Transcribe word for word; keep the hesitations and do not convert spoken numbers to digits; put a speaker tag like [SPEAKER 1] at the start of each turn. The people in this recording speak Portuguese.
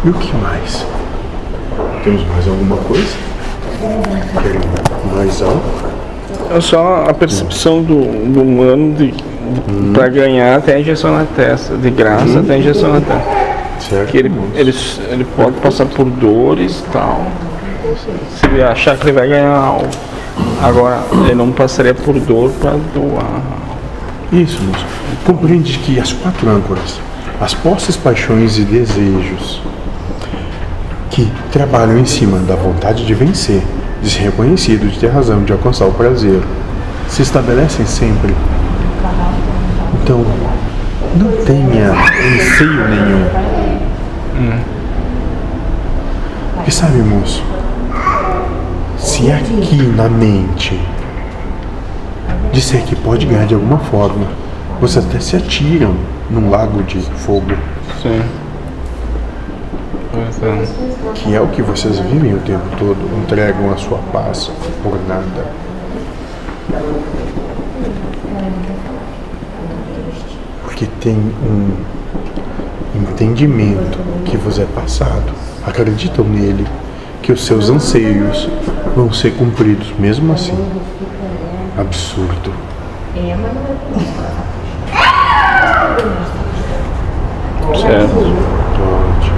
[SPEAKER 1] E o que mais? Temos mais alguma coisa? Querem mais algo?
[SPEAKER 2] É só a percepção do, do humano de, de, hum. para ganhar até a injeção na testa, de graça hum. até a injeção na testa.
[SPEAKER 1] Certo.
[SPEAKER 2] Que ele, ele, ele pode passar por dores e tal. Se ele achar que ele vai ganhar algo. Agora, ele não passaria por dor para doar.
[SPEAKER 1] Isso, moço. Compreende que as quatro âncoras, as posses, paixões e desejos, que trabalham em cima da vontade de vencer, de ser reconhecido, de ter razão, de alcançar o prazer, se estabelecem sempre. Então, não tenha anseio nenhum. Hum. Porque sabe, moço, se aqui na mente disser que pode ganhar de alguma forma, vocês até se atiram num lago de fogo.
[SPEAKER 2] Sim.
[SPEAKER 1] Que é o que vocês vivem o tempo todo, entregam a sua paz por nada. Porque tem um entendimento que vos é passado, acreditam nele, que os seus anseios vão ser cumpridos mesmo assim. Absurdo.
[SPEAKER 2] Certo.
[SPEAKER 1] Ótimo.